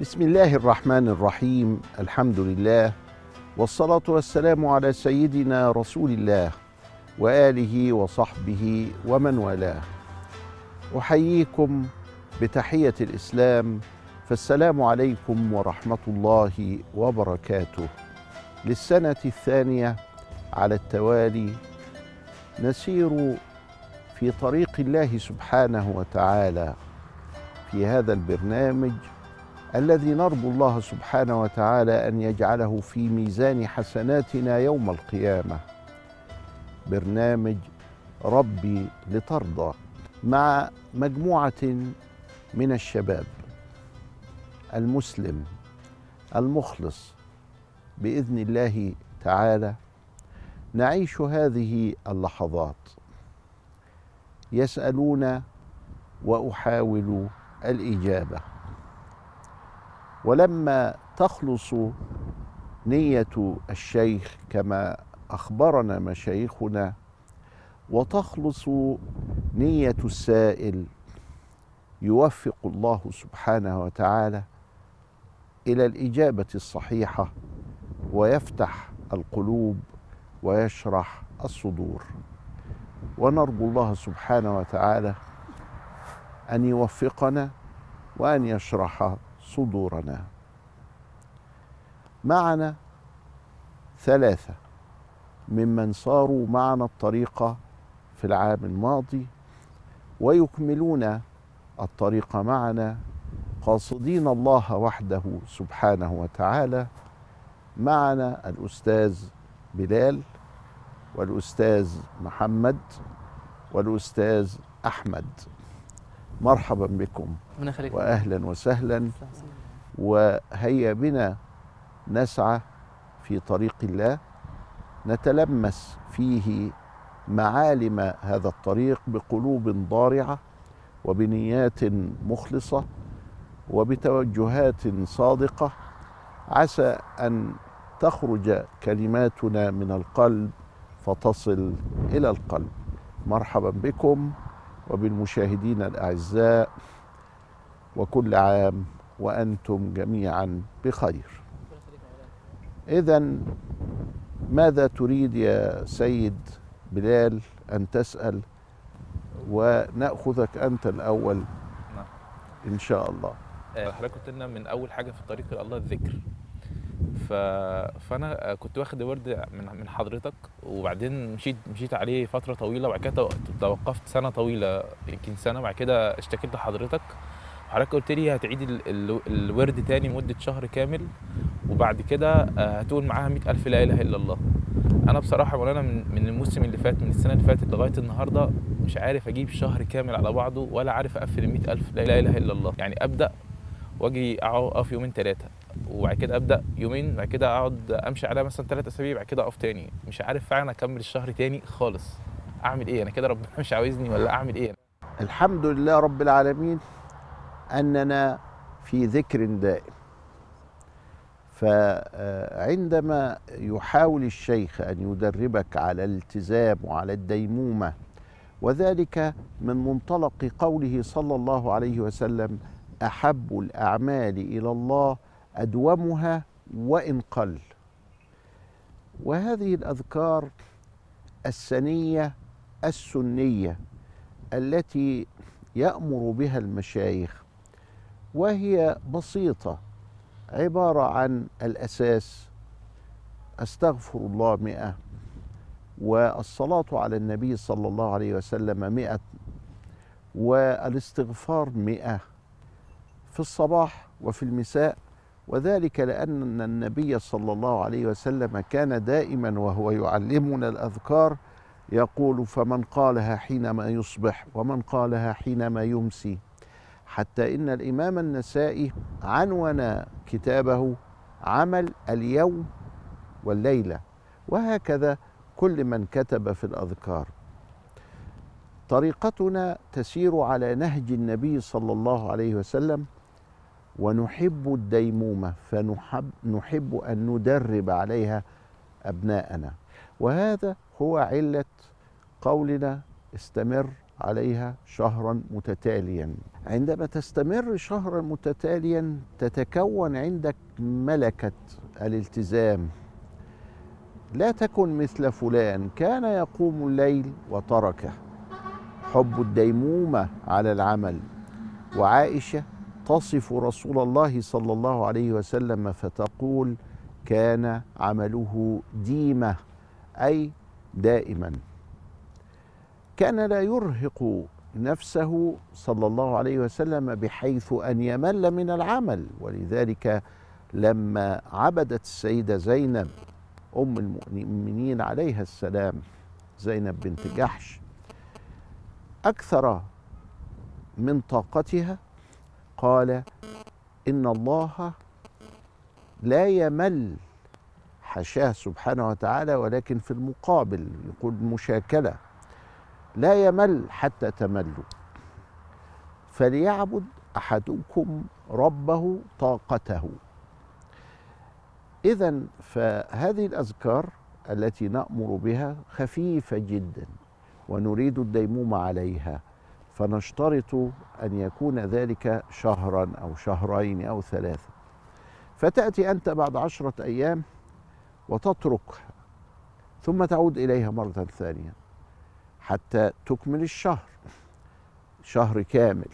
بسم الله الرحمن الرحيم. الحمد لله والصلاة والسلام على سيدنا رسول الله وآله وصحبه ومن والاه. أحييكم بتحية الإسلام، فالسلام عليكم ورحمة الله وبركاته. للسنة الثانية على التوالي نسير في طريق الله سبحانه وتعالى في هذا البرنامج الذي نرجو الله سبحانه وتعالى أن يجعله في ميزان حسناتنا يوم القيامة، برنامج ربي لترضى، مع مجموعة من الشباب المسلم المخلص بإذن الله تعالى. نعيش هذه اللحظات يسألون وأحاول الإجابة، ولما تخلص نية الشيخ كما أخبرنا مشايخنا وتخلص نية السائل، يوفق الله سبحانه وتعالى إلى الإجابة الصحيحة ويفتح القلوب ويشرح الصدور. ونرجو الله سبحانه وتعالى أن يوفقنا وأن يشرح صدورنا. معنا ثلاثة ممن ساروا معنا الطريق في العام الماضي ويكملون الطريق معنا قاصدين الله وحده سبحانه وتعالى. معنا الأستاذ بلال والأستاذ محمد والأستاذ أحمد. مرحبا بكم وأهلا وسهلا، وهيا بنا نسعى في طريق الله، نتلمس فيه معالم هذا الطريق بقلوب ضارعة وبنيات مخلصة وبتوجهات صادقة، عسى أن تخرج كلماتنا من القلب فتصل إلى القلب. مرحبا بكم وبالمشاهدين الأعزاء، وكل عام وأنتم جميعا بخير. إذن ماذا تريد يا سيد بلال أن تسأل؟ ونأخذك أنت الأول إن شاء الله. حضرتك قلت لنا من أول حاجة في طريق الله الذكر، فأنا كنت واخد ورد من حضرتك، وبعدين مشيت عليه فترة طويلة، وبعد كده توقفت سنة طويلة، يمكن سنة. بعد كده اشتكيت لحضرتك، وحضرتك قلت لي هتعيد الورد تاني مدة شهر كامل، وبعد كده هتقول معاها 100,000 لا إله إلا الله. أنا بصراحة مولانا من الموسم اللي فات، من السنة اللي فاتت لغاية النهاردة، مش عارف أجيب شهر كامل على بعضه، ولا عارف أقفل 100,000 لا إله إلا الله. يعني أبدأ واجي اقف يومين ثلاثه، وبعد كده ابدا يومين، بعد كده اقعد امشي عليها مثلا 3 اسابيع، بعد كده اقف تاني. مش عارف فعلا اكمل الشهر تاني خالص. اعمل ايه انا كده؟ ربنا مش عاوزني ولا اعمل ايه؟ الحمد لله رب العالمين اننا في ذكر دائم. فعندما يحاول الشيخ ان يدربك على الالتزام وعلى الديمومه، وذلك من منطلق قوله صلى الله عليه وسلم: أحب الأعمال إلى الله أدومها وإن قل. وهذه الأذكار السنية السنية التي يأمر بها المشايخ، وهي بسيطة، عبارة عن الأساس: أستغفر الله 100، والصلاة على النبي صلى الله عليه وسلم 100، والاستغفار 100 في الصباح وفي المساء. وذلك لأن النبي صلى الله عليه وسلم كان دائما وهو يعلمنا الأذكار يقول: فمن قالها حينما يصبح ومن قالها حينما يمسي. حتى إن الإمام النسائي عنون كتابه عمل اليوم والليلة، وهكذا كل من كتب في الأذكار. طريقتنا تسير على نهج النبي صلى الله عليه وسلم، ونحب الديمومة، فنحب أن ندرب عليها أبناءنا. وهذا هو علة قولنا: استمر عليها شهرا متتاليا. عندما تستمر شهرا متتاليا تتكون عندك ملكة الالتزام. لا تكن مثل فلان كان يقوم الليل وتركه. حب الديمومة على العمل. وعائشة تصف رسول الله صلى الله عليه وسلم فتقول: كان عمله ديمة، أي دائما. كان لا يرهق نفسه صلى الله عليه وسلم بحيث أن يمل من العمل. ولذلك لما عبدت السيدة زينب أم المؤمنين عليها السلام، زينب بنت جحش، أكثر من طاقتها، قال: إن الله لا يمل، حاشاه سبحانه وتعالى، ولكن في المقابل يقول مشاكلة: لا يمل حتى تملوا، فليعبد أحدكم ربه طاقته. إذن فهذه الأذكار التي نأمر بها خفيفة جدا ونريد الديمومة عليها، فنشترط أن يكون ذلك شهرا أو شهرين أو 3. فتأتي أنت بعد 10 أيام وتتركها، ثم تعود إليها مرة ثانية حتى تكمل الشهر، شهر كامل،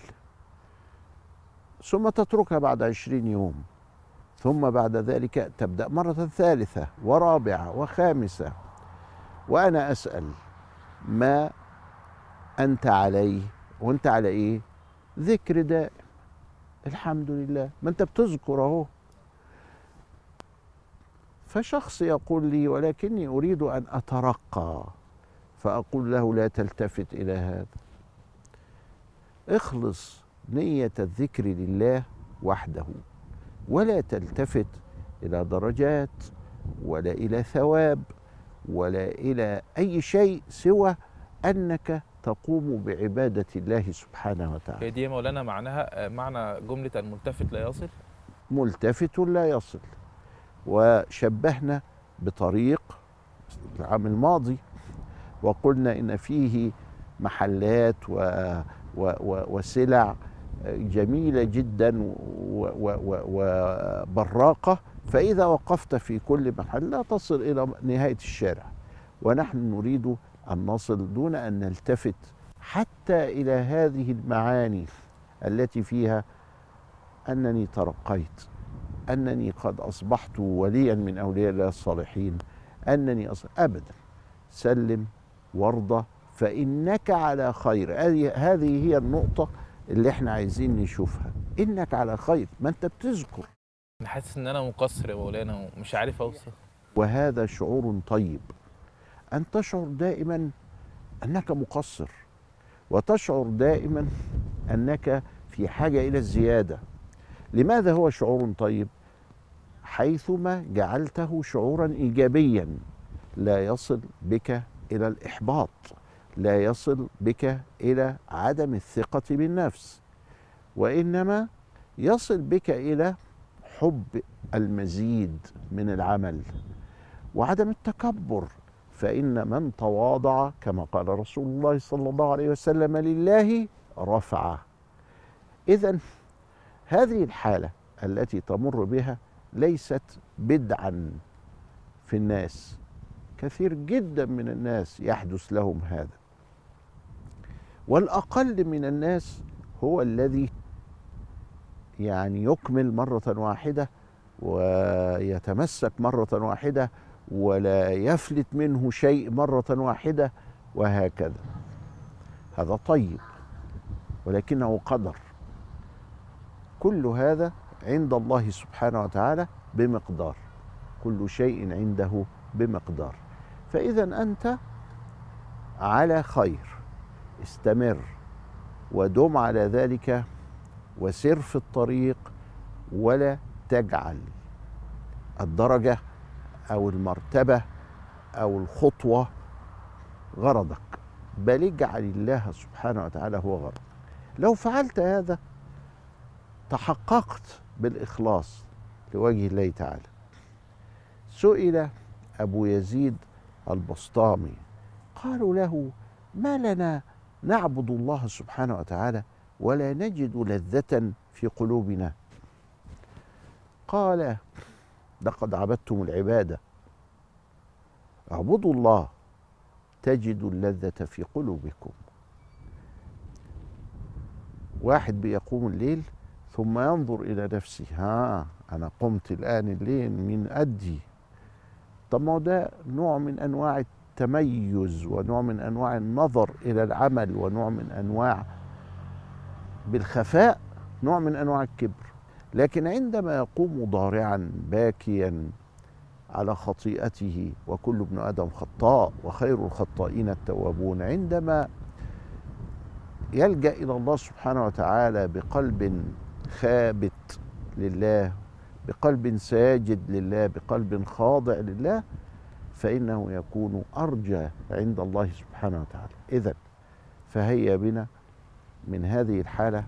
ثم تتركها بعد 20 يوم، ثم بعد ذلك تبدأ مرة ثالثة ورابعة وخامسة. وأنا أسأل: ما أنت عليه؟ وأنت على إيه؟ ذكر دائم. الحمد لله، ما أنت بتذكر أهو. فشخص يقول لي: ولكني أريد أن أترقى. فأقول له: لا تلتفت إلى هذا، اخلص نية الذكر لله وحده، ولا تلتفت إلى درجات ولا إلى ثواب ولا إلى أي شيء سوى أنك تقوم بعبادة الله سبحانه وتعالى. هي دي يا مولانا معناها معنى جملة الملتفت لا يصل؟ ملتفت لا يصل. وشبهنا بطريق العام الماضي وقلنا إن فيه محلات وسلع جميلة جدا وبراقة، فإذا وقفت في كل محل لا تصل إلى نهاية الشارع. ونحن نريد أن نصل دون أن نلتفت حتى إلى هذه المعاني التي فيها أنني ترقيت، أنني قد أصبحت وليا من أولياء الله الصالحين، أنني أبدا. سلم وارضى فإنك على خير. هذه هي النقطة اللي احنا عايزين نشوفها، إنك على خير، ما أنت بتذكر. أنا حاسس إن أنا مقصر يا مولانا ومش عارف أوصل. وهذا شعور طيب، أن تشعر دائما أنك مقصر، وتشعر دائما أنك في حاجة إلى الزيادة. لماذا هو شعور طيب؟ حيثما جعلته شعورا إيجابيا لا يصل بك إلى الإحباط، لا يصل بك إلى عدم الثقة بالنفس، وإنما يصل بك إلى حب المزيد من العمل وعدم التكبر. فإن من تواضع كما قال رسول الله صلى الله عليه وسلم لله رفعه. إذن هذه الحالة التي تمر بها ليست بدعا في الناس، كثير جدا من الناس يحدث لهم هذا، والأقل من الناس هو الذي يعني يكمل مرة واحدة ويتمسك مرة واحدة ولا يفلت منه شيء مرة واحدة وهكذا. هذا طيب، ولكنه قدر. كل هذا عند الله سبحانه وتعالى بمقدار، كل شيء عنده بمقدار. فإذا أنت على خير، استمر ودم على ذلك وسر في الطريق، ولا تجعل الدرجة أو المرتبة أو الخطوة غرضك، بل اجعل الله سبحانه وتعالى هو غرضك. لو فعلت هذا تحققت بالإخلاص لوجه الله تعالى. سئل أبو يزيد البسطامي، قالوا له: ما لنا نعبد الله سبحانه وتعالى ولا نجد لذة في قلوبنا. قال لقد عبدتم العبادة، اعبدوا الله تجدوا اللذة في قلوبكم. واحد بيقوم الليل ثم ينظر إلى نفسه، أنا قمت الآن الليل من أدي. طب ما ده نوع من أنواع التميز ونوع من أنواع النظر إلى العمل ونوع من أنواع بالخفاء، نوع من أنواع الكبر. لكن عندما يقوم ضارعا باكيا على خطيئته، وكل ابن آدم خطاء وخير الخطائين التوابون، عندما يلجأ إلى الله سبحانه وتعالى بقلب خابت لله، بقلب ساجد لله، بقلب خاضع لله، فإنه يكون أرجى عند الله سبحانه وتعالى. إذن فهيا بنا من هذه الحالة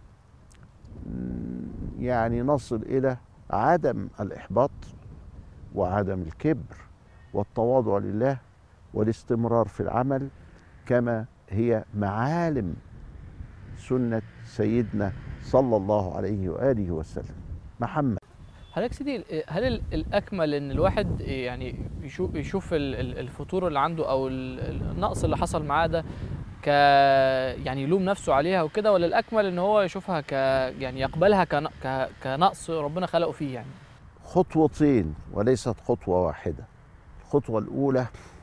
يعني نصل إلى عدم الإحباط وعدم الكبر والتواضع لله والاستمرار في العمل كما هي معالم سنة سيدنا صلى الله عليه وآله وسلم. محمد. حضرتك سيدي، هل الأكمل إن الواحد يعني يشوف الفتور اللي عنده أو النقص اللي حصل معاه ده يعني يلوم نفسه عليها وكده، ولا الأكمل إن هو يشوفها يعني يقبلها كنقص ربنا خلقه فيه؟ يعني خطوتين وليست خطوة واحدة. الخطوة الأولى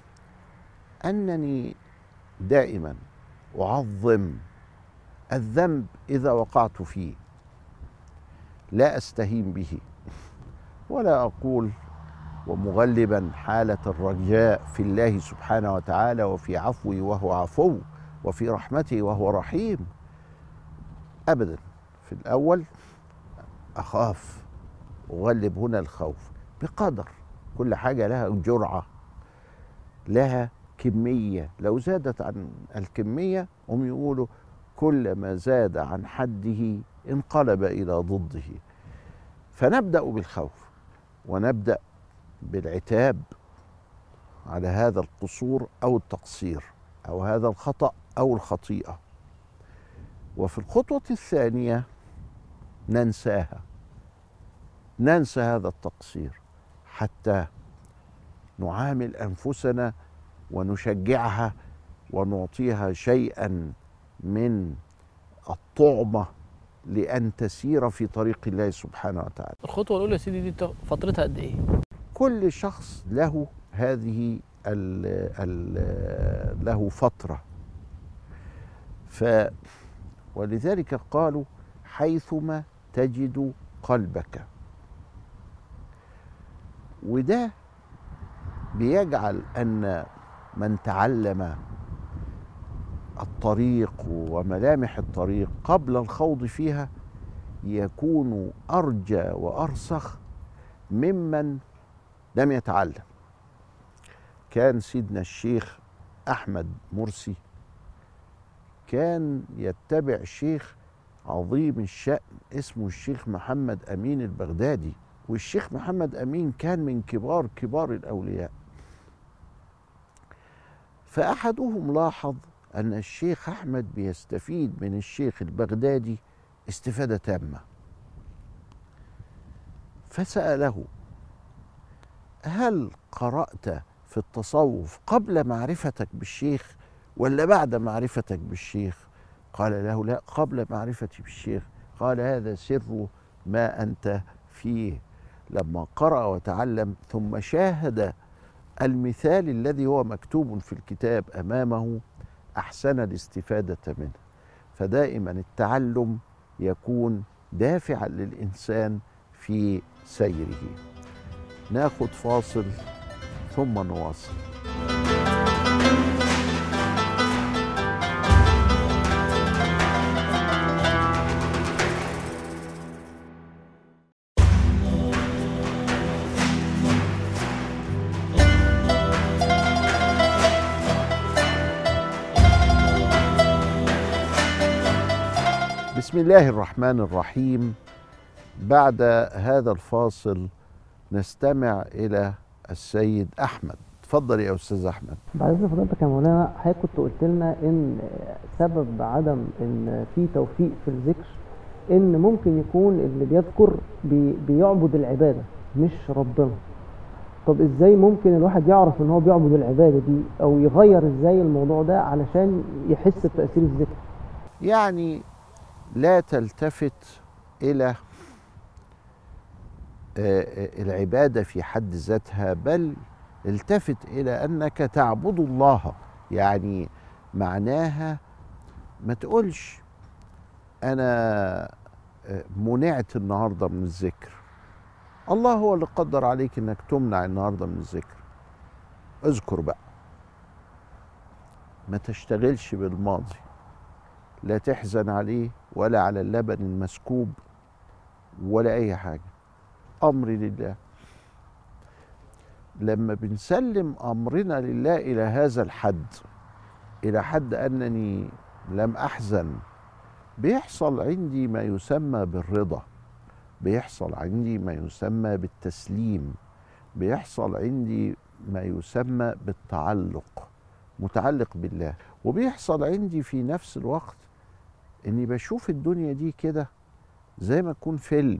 أنني دائما أعظم الذنب إذا وقعت فيه، لا أستهين به، ولا أقول ومغلبا حالة الرجاء في الله سبحانه وتعالى وفي عفوه وهو عفو وفي رحمته وهو رحيم، أبدا. في الأول أخاف، أغلب هنا الخوف بقدر، كل حاجة لها جرعة، لها كمية، لو زادت عن الكمية هم يقولوا كل ما زاد عن حده انقلب إلى ضده. فنبدأ بالخوف ونبدأ بالعتاب على هذا القصور أو التقصير أو هذا الخطأ أو الخطيئة. وفي الخطوة الثانية ننساها، ننسى هذا التقصير حتى نعامل أنفسنا ونشجعها ونعطيها شيئا من الطعمة لأن تسير في طريق الله سبحانه وتعالى. الخطوة الأولى يا سيدي دي فترتها قد إيه؟ كل شخص له هذه له فترة. ولذلك قالوا حيثما تجد قلبك، وده بيجعل أن من تعلم الطريق وملامح الطريق قبل الخوض فيها يكون أرجى وأرسخ ممن لم يتعلم. كان سيدنا الشيخ أحمد مرسي كان يتبع شيخ عظيم الشأن اسمه الشيخ محمد أمين البغدادي، والشيخ محمد أمين كان من كبار الأولياء. فأحدهم لاحظ أن الشيخ أحمد بيستفيد من الشيخ البغدادي استفادة تامة، فسأله هل قرأت في التصوف قبل معرفتك بالشيخ ولا بعد معرفتك بالشيخ؟ قال له لا، قبل معرفتي بالشيخ. قال هذا سر ما أنت فيه. لما قرأ وتعلم ثم شاهد المثال الذي هو مكتوب في الكتاب أمامه أحسن الاستفادة منه. فدائما التعلم يكون دافعا للإنسان في سيره. ناخد فاصل ثم نواصل. بسم الله الرحمن الرحيم. بعد هذا الفاصل نستمع إلى السيد أحمد اتفضل يا استاذ احمد. بعد اذن فضيلتك يا مولانا، حضرتك كنت قلت لنا ان سبب عدم ان في توفيق في الذكر ان ممكن يكون اللي بيذكر بيعبد العباده مش ربنا. طب ازاي ممكن الواحد يعرف ان هو بيعبد العباده دي، او يغير ازاي الموضوع ده علشان يحس بتاثير الذكر؟ يعني لا تلتفت الى العباده في حد ذاتها، بل التفت الى انك تعبد الله. يعني معناها ما تقولش انا منعت النهارده من الذكر، الله هو اللي قدر عليك انك تمنع النهارده من الذكر. اذكر بقى، ما تشتغلش بالماضي، لا تحزن عليه ولا على اللبن المسكوب ولا اي حاجه. امر لله. لما بنسلم امرنا لله الى هذا الحد، الى حد انني لم احزن، بيحصل عندي ما يسمى بالرضا، بيحصل عندي ما يسمى بالتسليم، بيحصل عندي ما يسمى بالتعلق، متعلق بالله. وبيحصل عندي في نفس الوقت اني بشوف الدنيا دي كده زي ما تكون فيلم،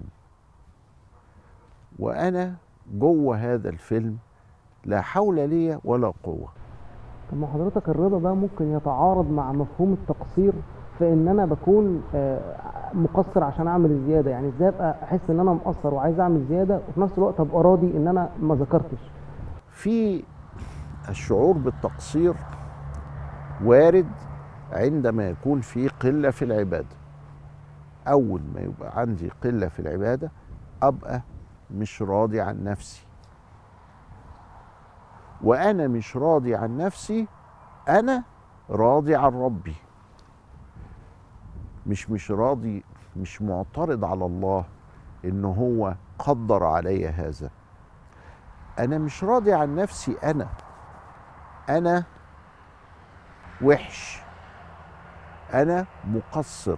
وانا جوه هذا الفيلم لا حول لي ولا قوه. طب ما حضرتك الرضا ده ممكن يتعارض مع مفهوم التقصير في ان انا بكون مقصر عشان اعمل الزياده. يعني ازاي ابقى احس ان انا مقصر وعايز اعمل زياده وفي نفس الوقت ابقى راضي ان انا ما ذكرتش؟ في الشعور بالتقصير وارد عندما يكون في قله في العباده. اول ما يبقى عندي قله في العباده ابقى مش راضي عن نفسي، وانا مش راضي عن نفسي انا راضي عن ربي. مش راضي، مش معترض على الله ان هو قدر علي هذا. انا مش راضي عن نفسي، انا وحش، انا مقصر.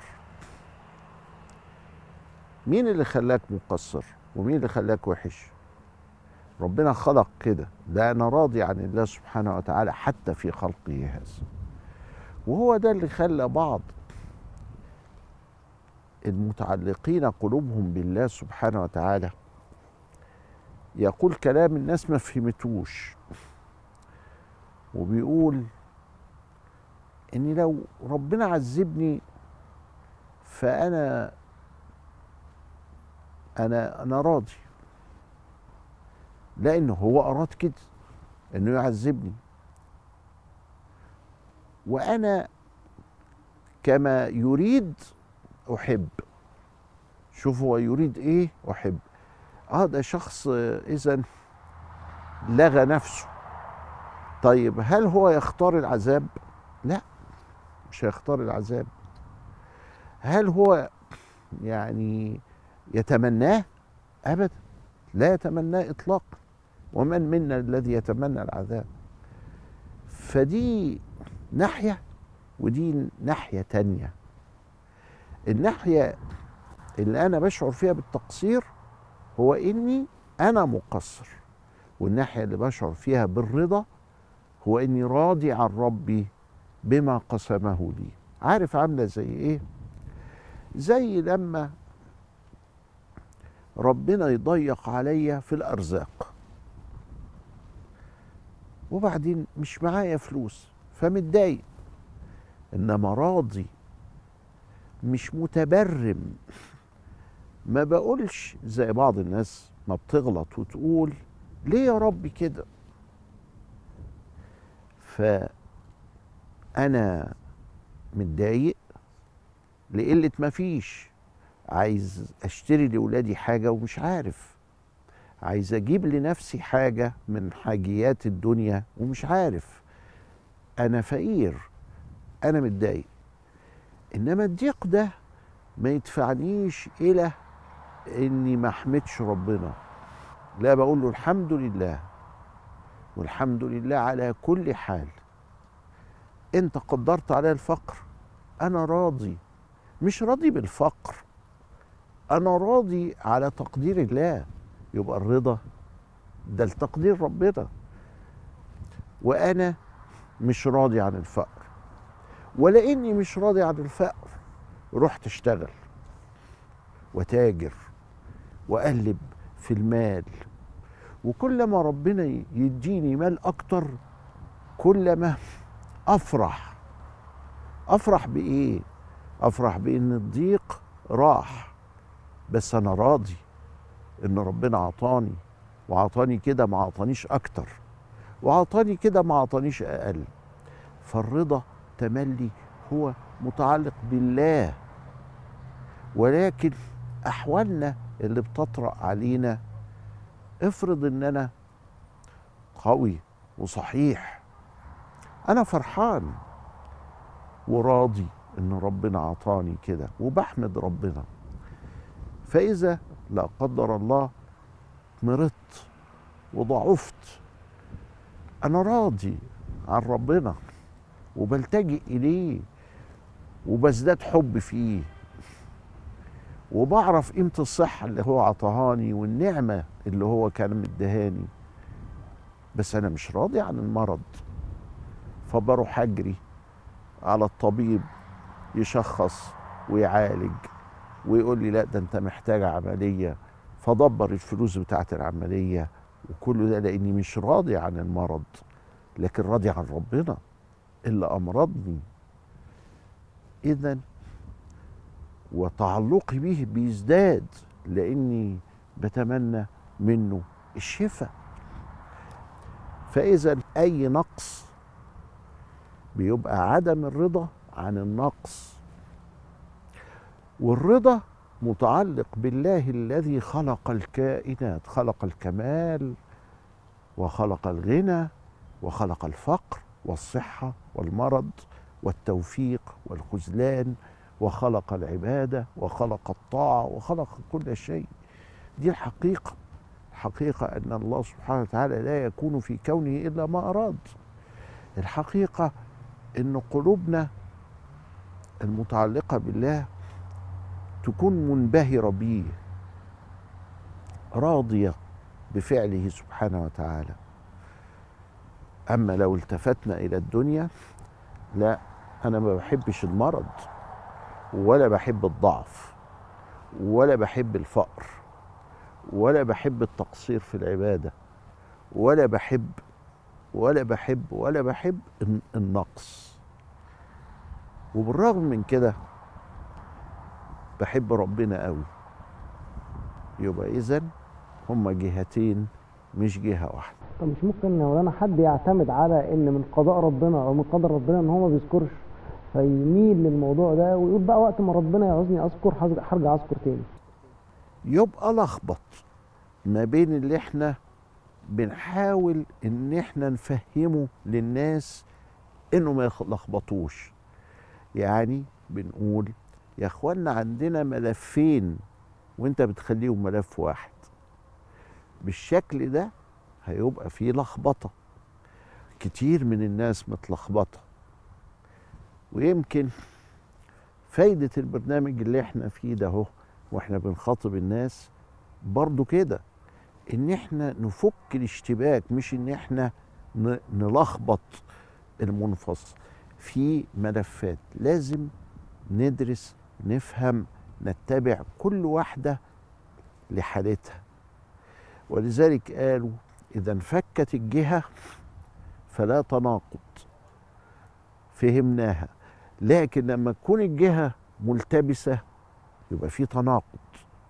مين اللي خلاك مقصر ومين اللي خلاك وحش؟ ربنا خلق كده. ده انا راضي عن الله سبحانه وتعالى حتى في خلقه هذا. وهو ده اللي خلى بعض المتعلقين قلوبهم بالله سبحانه وتعالى يقول كلام الناس ما فهمتوش، وبيقول اني لو ربنا عذبني فانا راضي، لانه هو اراد كده انه يعذبني، وانا كما يريد احب. شوف هو يريد ايه احب. ده شخص اذا لغى نفسه. طيب هل هو يختار العذاب؟ لا، مش هيختار العذاب. هل هو يعني يتمناه؟ ابدا، لا يتمناه اطلاقا. ومن منا الذي يتمنى العذاب؟ فدي ناحيه ودي ناحيه تانيه. الناحيه اللي انا بشعر فيها بالتقصير هو اني انا مقصر، والناحيه اللي بشعر فيها بالرضا هو اني راضي عن ربي بما قسمه لي. عارف عامله زي ايه؟ زي لما ربنا يضيق عليا في الارزاق، وبعدين مش معايا فلوس فمتضايق، انما راضي، مش متبرم. ما بقولش زي بعض الناس ما بتغلط وتقول ليه يا رب كده. فأنا متضايق لقلة ما فيش، عايز اشتري لأولادي حاجة ومش عارف، عايز اجيب لنفسي حاجة من حاجيات الدنيا ومش عارف، انا فقير، انا متضايق. انما الضيق ده ما يدفعنيش الى اني ما احمدش ربنا، لا، بقول له الحمد لله، والحمد لله على كل حال. انت قدرت علي الفقر، انا راضي، مش راضي بالفقر، انا راضي على تقدير الله. يبقى الرضا ده لتقدير ربنا. وأنا مش راضي عن الفقر، ولأني مش راضي عن الفقر رحت اشتغل وتاجر وأقلب في المال، وكلما ربنا يديني مال أكتر كلما أفرح. أفرح بإيه؟ أفرح بإن الضيق راح، بس أنا راضي إن ربنا عطاني، وعطاني كده ما عطانيش أكتر، وعطاني كده ما عطانيش أقل. فالرضا تملي هو متعلق بالله، ولكن أحوالنا اللي بتطرأ علينا، افرض إن أنا قوي وصحيح، أنا فرحان وراضي إن ربنا عطاني كده وبحمد ربنا. فإذا لا قدر الله مرضت وضعفت، أنا راضي عن ربنا وبلتجئ إليه وبزداد حب فيه، وبعرف قيمة الصحة اللي هو عطاهاني والنعمة اللي هو كان مدهاني، بس أنا مش راضي عن المرض، فبروح أجري على الطبيب يشخص ويعالج ويقول لي لا ده أنت محتاج عملية، فدبر الفلوس بتاعت العملية، وكل ده لأني مش راضي عن المرض، لكن راضي عن ربنا اللي أمرضني. إذن وتعلقي به بيزداد لأني بتمنى منه الشفاء. فإذا أي نقص بيبقى عدم الرضا عن النقص، والرضا متعلق بالله الذي خلق الكائنات، خلق الكمال وخلق الغنى وخلق الفقر والصحة والمرض والتوفيق والخذلان، وخلق العبادة وخلق الطاعة وخلق كل شيء. دي الحقيقة. الحقيقة أن الله سبحانه وتعالى لا يكون في كونه إلا ما أراد. الحقيقة أن قلوبنا المتعلقة بالله تكون منبهرة به، راضية بفعله سبحانه وتعالى. أما لو التفتنا إلى الدنيا، لا، أنا ما بحبش المرض ولا بحب الضعف ولا بحب الفقر ولا بحب التقصير في العبادة ولا بحب النقص. وبالرغم من كده بحب ربنا قوي. يبقى إذن هما جهتين مش جهة واحدة. طب مش ممكن لو انا حد يعتمد على ان من قضاء ربنا او من قدر ربنا ان هو ما بيذكرش، فيميل للموضوع ده ويقول بقى وقت ما ربنا يعوزني اذكر هرجع اذكر تاني؟ يبقى لخبط ما بين اللي احنا بنحاول ان احنا نفهمه للناس انه ما يلخبطوش. يعني بنقول يا اخوانا عندنا ملفين وانت بتخليهم ملف واحد، بالشكل ده هيبقى فيه لخبطة. كتير من الناس متلخبطة، ويمكن فايدة البرنامج اللي احنا فيه ده اهو واحنا بنخاطب الناس برضو كده، ان احنا نفك الاشتباك، مش ان احنا نلخبط المنفصل في ملفات. لازم ندرس، نفهم، نتبع كل واحدة لحالتها. ولذلك قالوا إذا انفكت الجهة فلا تناقض، فهمناها. لكن لما تكون الجهة ملتبسة يبقى في تناقض.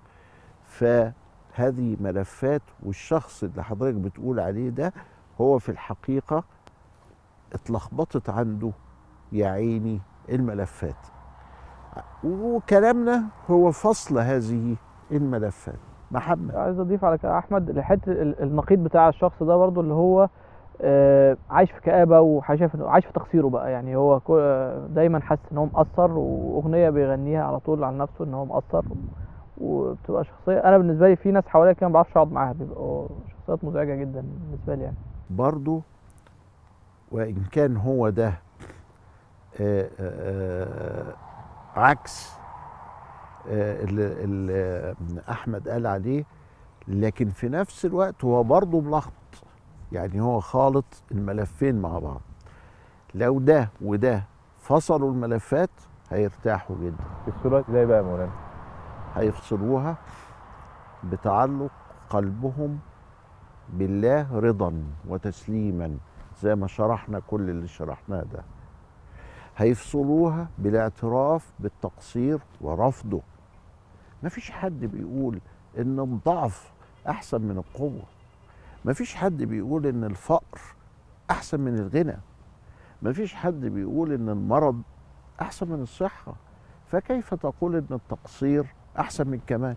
فهذه ملفات، والشخص اللي حضرتك بتقول عليه ده هو في الحقيقة اتلخبطت عنده يا عيني الملفات، وكلامنا هو فصل هذه الملفات. محمد عايز اضيف على كده احمد لحته النقيض بتاع الشخص ده برضو، اللي هو عايش في كآبة وشايف انه عايش في تقصيره بقى. يعني هو دايما حاسس ان هو مقصر، واغنيه بيغنيها على طول عن نفسه ان هو مقصر، وبتبقى شخصيه. انا بالنسبه لي في ناس حواليا كده ما بعرفش اقعد معاها، بيبقوا شخصيات مزعجه جدا بالنسبه لي يعني. برضو وإن كان هو ده عكس اللي أحمد قال عليه، لكن في نفس الوقت هو برضو ملخبط. يعني هو خالط الملفين مع بعض. لو ده وده فصلوا الملفات هيرتاحوا جدا. الصورة ازاي بقى يا مولانا؟ هيفصلوها بتعلق قلبهم بالله رضا وتسليما، زي ما شرحنا كل اللي شرحناه ده. هيفصلوها بالاعتراف بالتقصير ورفضه. مفيش حد بيقول ان الضعف احسن من القوة، مفيش حد بيقول ان الفقر احسن من الغنى، مفيش حد بيقول ان المرض احسن من الصحة، فكيف تقول ان التقصير احسن من الكمال؟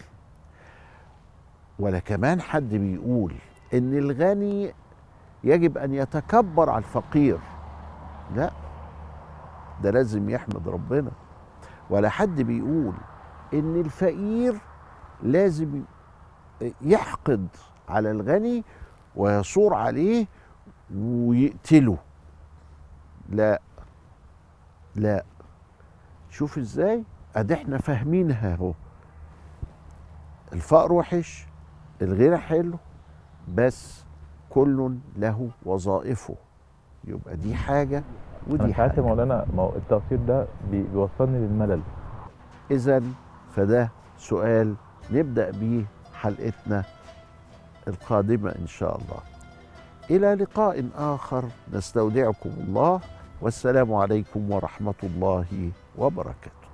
ولا كمان حد بيقول ان الغني يجب ان يتكبر على الفقير، لا، ده لازم يحمد ربنا. ولا حد بيقول ان الفقير لازم يحقد على الغني ويصور عليه ويقتله، لا لا. شوف ازاي ادي احنا فاهمينها اهو. الفقر وحش، الغنى حلو، بس كل له وظائفه، يبقى دي حاجة ودي انا ساعات حاجة. يا مولانا التقصير ده بيوصلني للملل. إذا فده سؤال نبدأ بيه حلقتنا القادمة إن شاء الله. إلى لقاء آخر، نستودعكم الله، والسلام عليكم ورحمة الله وبركاته.